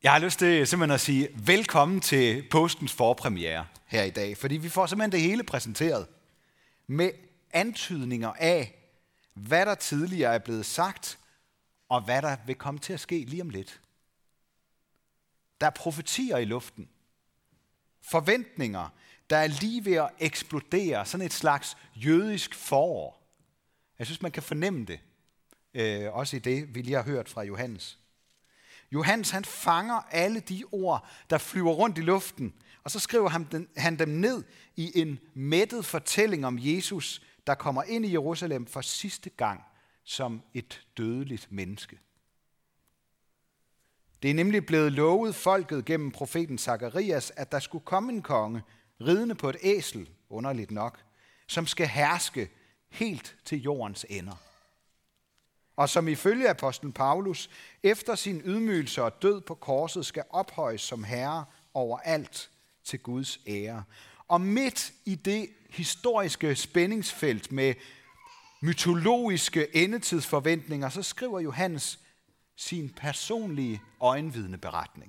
Jeg har lyst til simpelthen at sige velkommen til påskens forpremiere her i dag, fordi vi får simpelthen det hele præsenteret med antydninger af, hvad der tidligere er blevet sagt, og hvad der vil komme til at ske lige om lidt. Der er profetier i luften, forventninger, der er lige ved at eksplodere, sådan et slags jødisk forår. Jeg synes, man kan fornemme det, også i det, vi lige har hørt fra Johannes. Johannes, han fanger alle de ord, der flyver rundt i luften, og så skriver han dem ned i en mættet fortælling om Jesus, der kommer ind i Jerusalem for sidste gang som et dødeligt menneske. Det er nemlig blevet lovet folket gennem profeten Zakarias, at der skulle komme en konge, ridende på et æsel, underligt nok, som skal herske helt til jordens ender. Og som ifølge apostlen Paulus, efter sin ydmygelse og død på korset, skal ophøjes som herre over alt til Guds ære. Og midt i det historiske spændingsfelt med mytologiske endetidsforventninger, så skriver Johannes sin personlige øjenvidneberetning.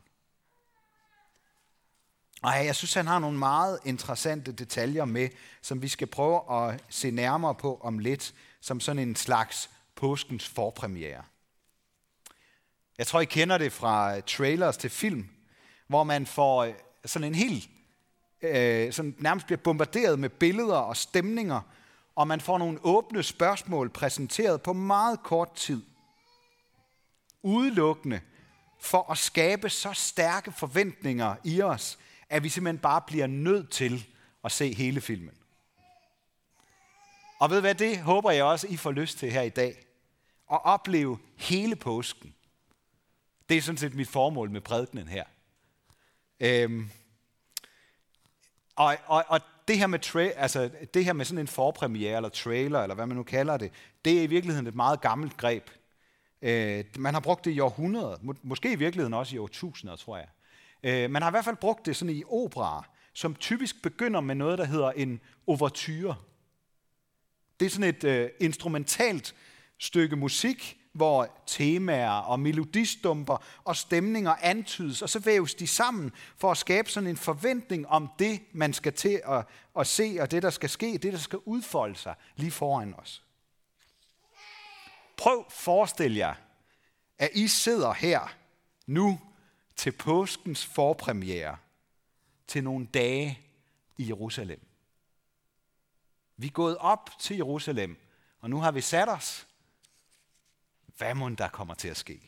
Og jeg synes, han har nogle meget interessante detaljer med, som vi skal prøve at se nærmere på om lidt, som sådan en slags påskens forpremiere. Jeg tror, I kender det fra trailers til film, hvor man får sådan en helt, sådan nærmest bliver bombarderet med billeder og stemninger, og man får nogle åbne spørgsmål præsenteret på meget kort tid. Udelukkende for at skabe så stærke forventninger i os, at vi simpelthen bare bliver nødt til at se hele filmen. Og ved hvad, det håber jeg også, I får lyst til her i dag. At opleve hele påsken. Det er sådan set mit formål med prædikenen her. Og det her med det her med sådan en forpremiere eller trailer, eller hvad man nu kalder det, det er i virkeligheden et meget gammelt greb. Man har brugt det i århundreder, måske i virkeligheden også i årtusinder, tror jeg. Man har i hvert fald brugt det sådan i operaer, som typisk begynder med noget, der hedder en ouverture. Det er sådan et instrumentalt stykke musik, hvor temaer og melodistumper og stemninger antydes, og så væves de sammen for at skabe sådan en forventning om det, man skal til at se, og det, der skal ske, det, der skal udfolde sig lige foran os. Prøv at forestille jer, at I sidder her nu til påskens forpremiere til nogle dage i Jerusalem. Vi er gået op til Jerusalem, og nu har vi sat os. Hvad mon der kommer til at ske?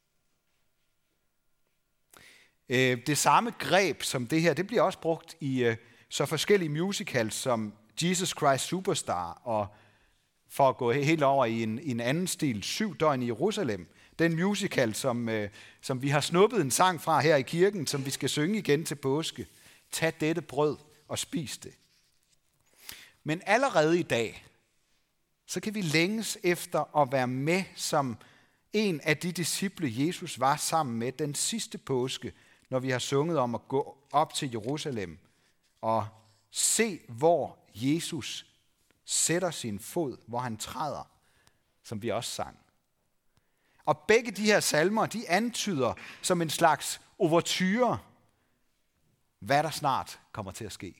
Det samme greb som det her, det bliver også brugt i så forskellige musicals som Jesus Christ Superstar, og for at gå helt over i en anden stil, 7 døgn i Jerusalem. Den musical, som vi har snuppet en sang fra her i kirken, som vi skal synge igen til påske. Tag dette brød og spis det. Men allerede i dag, så kan vi længes efter at være med som en af de disciple, Jesus var sammen med den sidste påske, når vi har sunget om at gå op til Jerusalem og se, hvor Jesus sætter sin fod, hvor han træder, som vi også sang. Og begge de her salmer, de antyder som en slags ouverture, hvad der snart kommer til at ske.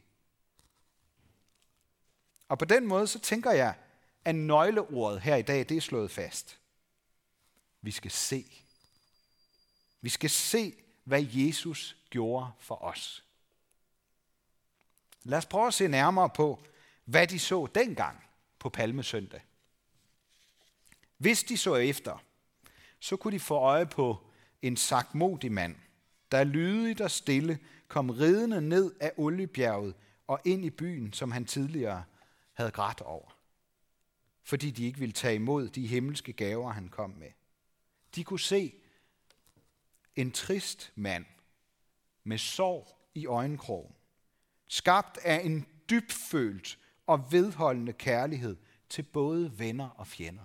Og på den måde, så tænker jeg, at nøgleordet her i dag, det er slået fast. Vi skal se. Vi skal se, hvad Jesus gjorde for os. Lad os prøve at se nærmere på, hvad de så dengang på Palmesøndag. Hvis de så efter, så kunne de få øje på en sagtmodig mand, der lydigt og stille kom ridende ned af Oliebjerget og ind i byen, som han tidligere havde grædt over, fordi de ikke ville tage imod de himmelske gaver, han kom med. De kunne se en trist mand med sorg i øjenkrogen, skabt af en dybfølt og vedholdende kærlighed til både venner og fjender.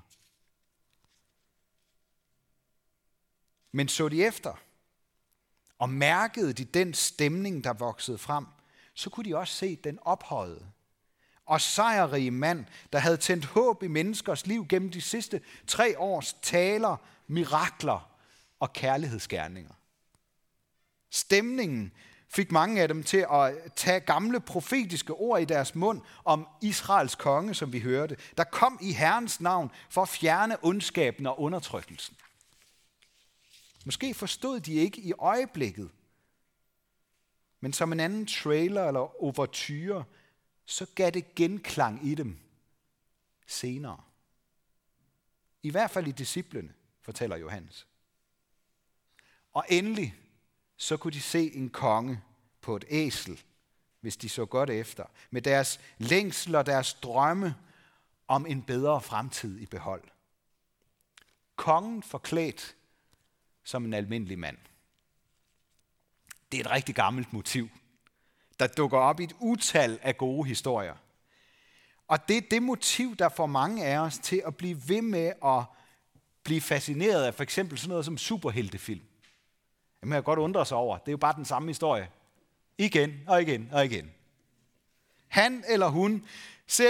Men så de efter, og mærkede de den stemning, der voksede frem, så kunne de også se den ophøjede og sejrrige mand, der havde tændt håb i menneskers liv gennem de sidste 3 års taler, mirakler og kærlighedsgerninger. Stemningen fik mange af dem til at tage gamle profetiske ord i deres mund om Israels konge, som vi hørte, der kom i Herrens navn for at fjerne ondskaben og undertrykkelsen. Måske forstod de ikke i øjeblikket, men som en anden trailer eller overture, så gav det genklang i dem senere. I hvert fald i disciplene, fortæller Johannes. Og endelig, så kunne de se en konge på et æsel, hvis de så godt efter, med deres længsel og deres drømme om en bedre fremtid i behold. Kongen forklædt som en almindelig mand. Det er et rigtig gammelt motiv, der dukker op i et utal af gode historier. Og det er det motiv, der får mange af os til at blive ved med at blive fascineret af for eksempel sådan noget som superheltefilm. Det må jeg godt undre sig over. Det er jo bare den samme historie. Igen og igen og igen. Han eller hun ser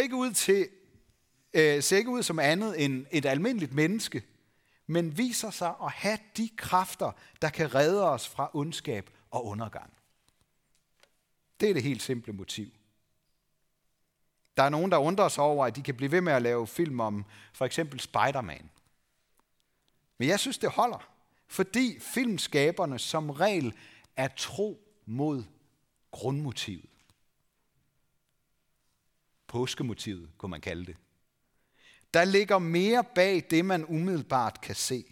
ikke ud som andet end et almindeligt menneske, men viser sig at have de kræfter, der kan redde os fra ondskab og undergang. Det er det helt simple motiv. Der er nogen, der undrer sig over, at de kan blive ved med at lave film om for eksempel Spider-Man. Men jeg synes, det holder, fordi filmskaberne som regel er tro mod grundmotivet. Påskemotivet, kunne man kalde det. Der ligger mere bag det, man umiddelbart kan se.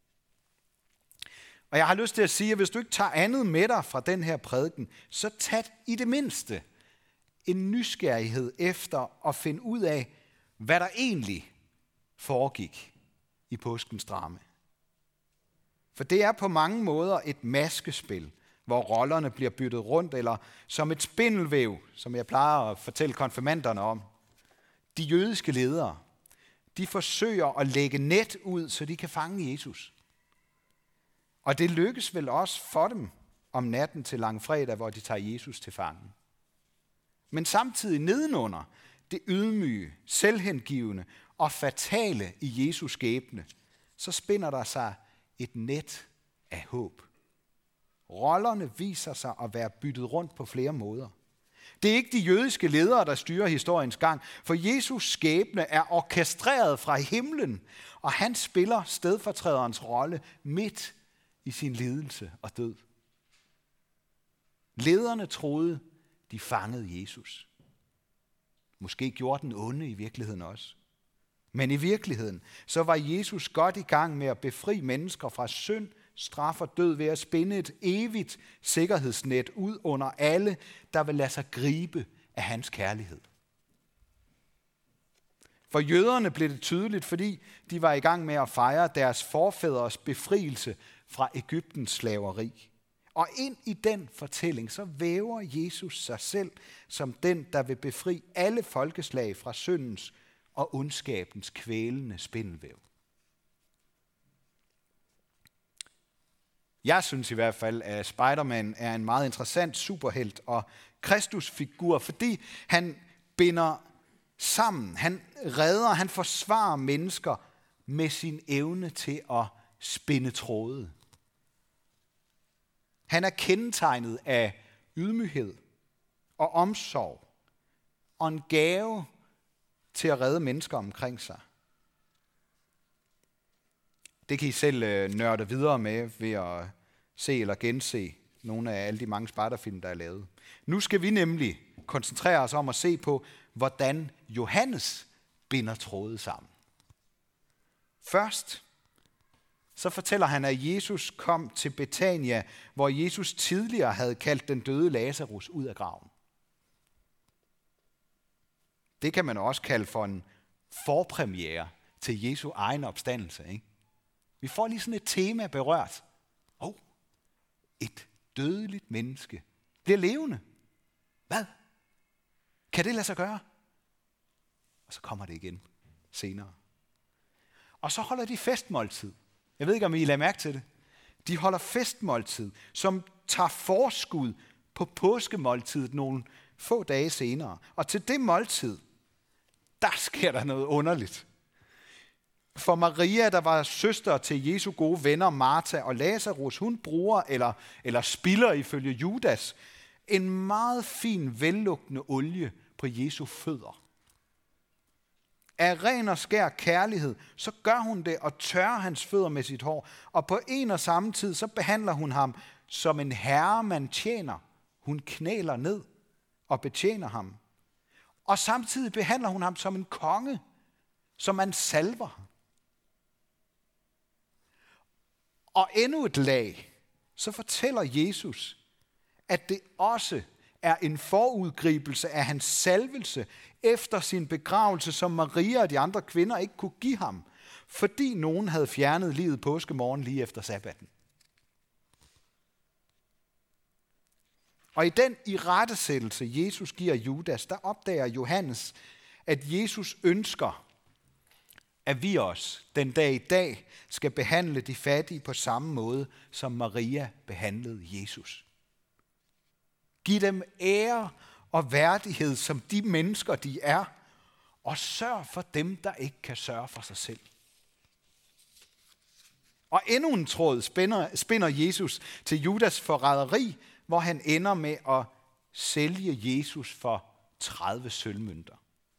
Og jeg har lyst til at sige, at hvis du ikke tager andet med dig fra den her prædiken, så tag i det mindste en nysgerrighed efter at finde ud af, hvad der egentlig foregik i påskens drama. For det er på mange måder et maskespil, hvor rollerne bliver byttet rundt, eller som et spindelvæv, som jeg plejer at fortælle konfirmanderne om. De jødiske ledere, de forsøger at lægge net ud, så de kan fange Jesus. Og det lykkes vel også for dem om natten til langfredag, hvor de tager Jesus til fange. Men samtidig nedenunder det ydmyge, selvhengivende og fatale i Jesus skæbne, så spinder der sig et net af håb. Rollerne viser sig at være byttet rundt på flere måder. Det er ikke de jødiske ledere, der styrer historiens gang, for Jesus skæbne er orkestreret fra himlen, og han spiller stedfortræderens rolle midt i sin lidelse og død. Lederne troede, de fangede Jesus. Måske gjorde den onde i virkeligheden også. Men i virkeligheden, så var Jesus godt i gang med at befri mennesker fra synd, straf og død ved at spænde et evigt sikkerhedsnet ud under alle, der vil lade sig gribe af hans kærlighed. For jøderne blev det tydeligt, fordi de var i gang med at fejre deres forfædres befrielse fra Egyptens slaveri. Og ind i den fortælling, så væver Jesus sig selv som den, der vil befri alle folkeslag fra syndens og ondskabens kvælende spindelvæv. Jeg synes i hvert fald, at Spider-Man er en meget interessant superhelt og Kristusfigur, fordi han binder sammen, han redder, han forsvarer mennesker med sin evne til at spinde tråde. Han er kendetegnet af ydmyghed og omsorg og en gave til at redde mennesker omkring sig. Det kan I selv nørde videre med ved at se eller gense nogle af alle de mange Sparta-film, der er lavet. Nu skal vi nemlig koncentrere os om at se på, hvordan Johannes binder tråde sammen. Først så fortæller han, at Jesus kom til Betania, hvor Jesus tidligere havde kaldt den døde Lazarus ud af graven. Det kan man også kalde for en forpremiere til Jesu egen opstandelse, ikke? Vi får lige sådan et tema berørt. Et dødeligt menneske bliver levende. Hvad? Kan det lade sig gøre? Og så kommer det igen senere. Og så holder de festmåltid. Jeg ved ikke, om I lader mærke til det. De holder festmåltid, som tager forskud på påskemåltidet nogle få dage senere. Og til det måltid, der sker der noget underligt. For Maria, der var søster til Jesu gode venner, Martha og Lazarus, hun bruger, eller spilder ifølge Judas, en meget fin, vellugtende olie på Jesu fødder. Af ren og skær kærlighed, så gør hun det og tørrer hans fødder med sit hår. Og på en og samme tid, så behandler hun ham som en herre, man tjener. Hun knæler ned og betjener ham. Og samtidig behandler hun ham som en konge, som man salver. Og endnu et lag, så fortæller Jesus, at det også er en forudgribelse af hans salvelse efter sin begravelse, som Maria og de andre kvinder ikke kunne give ham, fordi nogen havde fjernet livet påskemorgen lige efter sabbaten. Og i den irettesættelse, Jesus giver Judas, der opdager Johannes, at Jesus ønsker, at vi også den dag i dag skal behandle de fattige på samme måde, som Maria behandlede Jesus. Giv dem ære og værdighed som de mennesker, de er, og sørg for dem, der ikke kan sørge for sig selv. Og endnu en tråd spinder Jesus til Judas forræderi, hvor han ender med at sælge Jesus for 30 sølvmønter.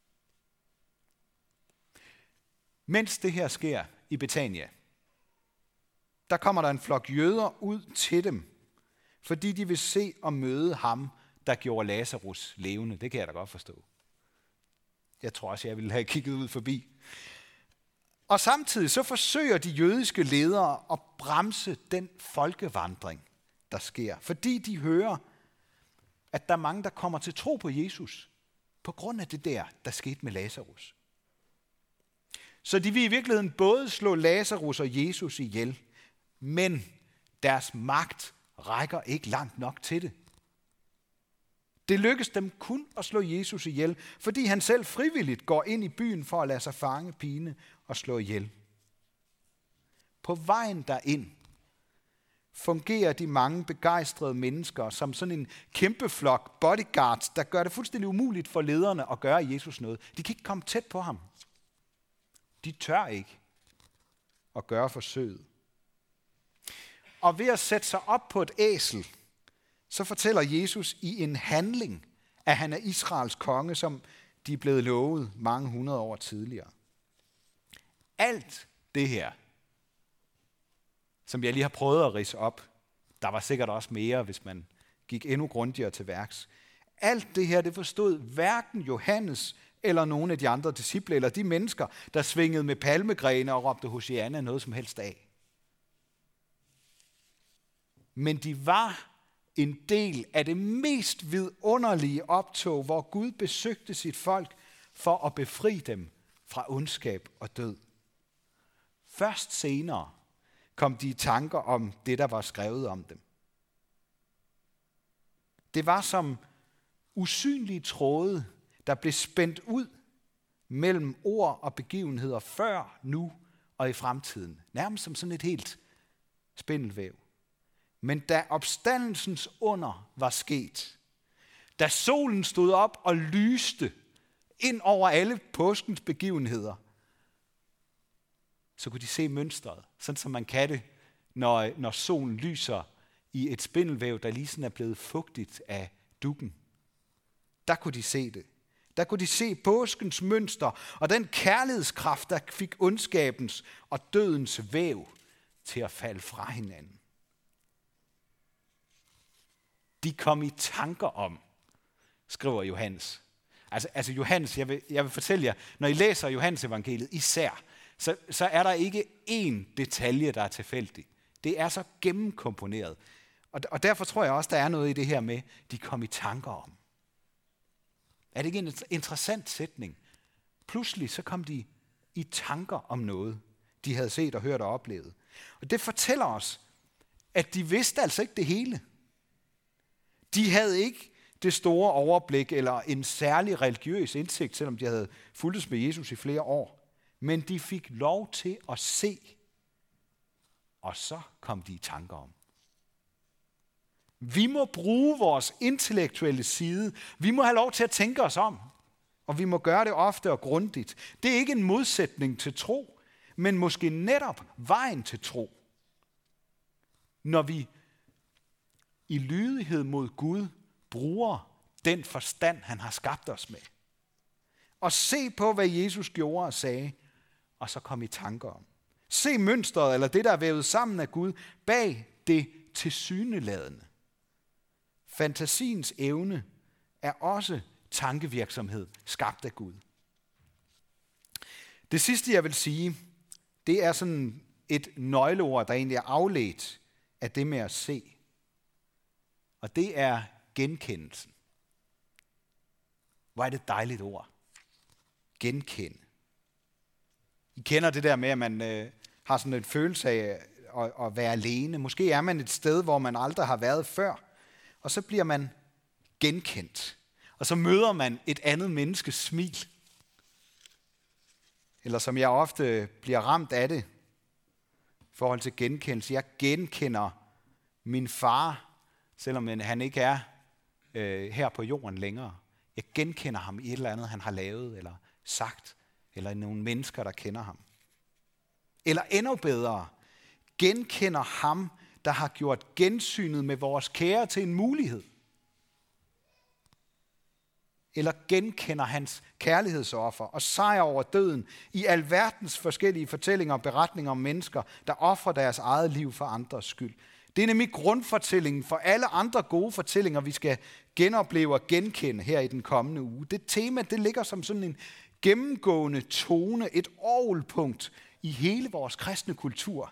Mens det her sker i Betania, der kommer der en flok jøder ud til dem, fordi de vil se og møde ham, der gjorde Lazarus levende. Det kan jeg da godt forstå. Jeg tror også, jeg ville have kigget ud forbi. Og samtidig så forsøger de jødiske ledere at bremse den folkevandring, der sker, fordi de hører, at der er mange, der kommer til tro på Jesus, på grund af det der skete med Lazarus. Så de vil i virkeligheden både slå Lazarus og Jesus ihjel, men deres magt rækker ikke langt nok til det. Det lykkes dem kun at slå Jesus ihjel, fordi han selv frivilligt går ind i byen for at lade sig fange, pine og slå ihjel. På vejen derind fungerer de mange begejstrede mennesker som sådan en kæmpe flok bodyguards, der gør det fuldstændig umuligt for lederne at gøre Jesus noget. De kan ikke komme tæt på ham. De tør ikke at gøre forsøget. Og ved at sætte sig op på et æsel, så fortæller Jesus i en handling, at han er Israels konge, som de er blevet lovet mange hundrede år tidligere. Alt det her, som jeg lige har prøvet at ridse op, der var sikkert også mere, hvis man gik endnu grundigere til værks. Alt det her, det forstod hverken Johannes eller nogle af de andre disciple, eller de mennesker, der svingede med palmegrene og råbte Hosianna noget som helst af. Men de var en del af det mest vidunderlige optog, hvor Gud besøgte sit folk for at befri dem fra ondskab og død. Først senere kom de i tanker om det, der var skrevet om dem. Det var som usynlige tråde, der blev spændt ud mellem ord og begivenheder før, nu og i fremtiden. Nærmest som sådan et helt spindelvæv. Men da opstandelsens under var sket, da solen stod op og lyste ind over alle påskens begivenheder, så kunne de se mønstret, sådan som man kan det, når solen lyser i et spindelvæv, der lige sådan er blevet fugtigt af duggen. Der kunne de se det. Der kunne de se påskens mønster og den kærlighedskraft, der fik ondskabens og dødens væv til at falde fra hinanden. De kom i tanker om, skriver Johannes. Altså Johannes, jeg vil fortælle jer, når I læser Johannes evangeliet især, så er der ikke én detalje, der er tilfældig. Det er så gennemkomponeret. Og derfor tror jeg også, der er noget i det her med, de kom i tanker om. Er det ikke en interessant sætning? Pludselig så kom de i tanker om noget, de havde set og hørt og oplevet. Og det fortæller os, at de vidste altså ikke det hele. De havde ikke det store overblik eller en særlig religiøs indsigt, selvom de havde fulgtes med Jesus i flere år. Men de fik lov til at se, og så kom de i tanker om. Vi må bruge vores intellektuelle side. Vi må have lov til at tænke os om, og vi må gøre det ofte og grundigt. Det er ikke en modsætning til tro, men måske netop vejen til tro. Når vi i lydighed mod Gud bruger den forstand, han har skabt os med. Og se på, hvad Jesus gjorde og sagde, og så kom i tanker om. Se mønstret, eller det, der er vævet sammen af Gud, bag det tilsyneladende. Fantasiens evne er også tankevirksomhed, skabt af Gud. Det sidste, jeg vil sige, det er sådan et nøgleord, der egentlig er afledt af det med at se. Og det er genkendelsen. Hvor er det et dejligt ord. Genkende. I kender det der med, at man har sådan en følelse af at være alene. Måske er man et sted, hvor man aldrig har været før. Og så bliver man genkendt. Og så møder man et andet menneskes smil. Eller som jeg ofte bliver ramt af det, i forhold til genkendelse. Jeg genkender min far, selvom han ikke er her på jorden længere. Jeg genkender ham i et eller andet, han har lavet eller sagt, eller i nogle mennesker, der kender ham. Eller endnu bedre, genkender ham, der har gjort gensynet med vores kære til en mulighed. Eller genkender hans kærlighedsoffer og sejr over døden i alverdens forskellige fortællinger og beretninger om mennesker, der ofrer deres eget liv for andres skyld. Det er nemlig grundfortællingen for alle andre gode fortællinger, vi skal genopleve og genkende her i den kommende uge. Det tema, det ligger som sådan en gennemgående tone, et orgelpunkt i hele vores kristne kultur.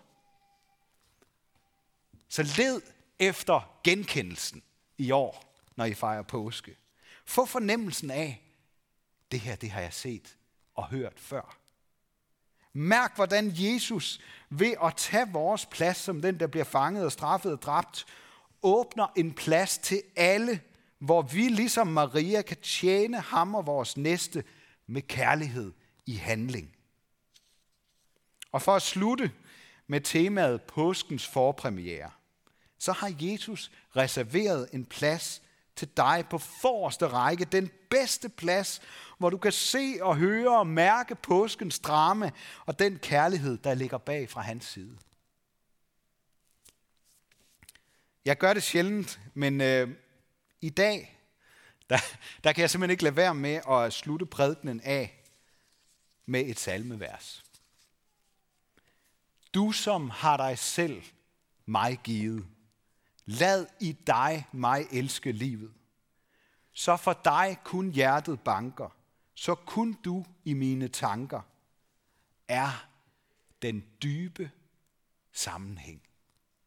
Så led efter genkendelsen i år, når I fejrer påske. Få fornemmelsen af, det her, det har jeg set og hørt før. Mærk, hvordan Jesus ved at tage vores plads som den, der bliver fanget og straffet og dræbt, åbner en plads til alle, hvor vi ligesom Maria kan tjene ham og vores næste med kærlighed i handling. Og for at slutte med temaet påskens forpremiere, så har Jesus reserveret en plads til dig på forreste række, den bedste plads, hvor du kan se og høre og mærke påskens drama og den kærlighed, der ligger bag fra hans side. Jeg gør det sjældent, men i dag, der kan jeg simpelthen ikke lade være med at slutte prædikenen af med et salmevers. Du som har dig selv mig givet, lad i dig mig elske livet. Så for dig kun hjertet banker, så kun du i mine tanker er den dybe sammenhæng.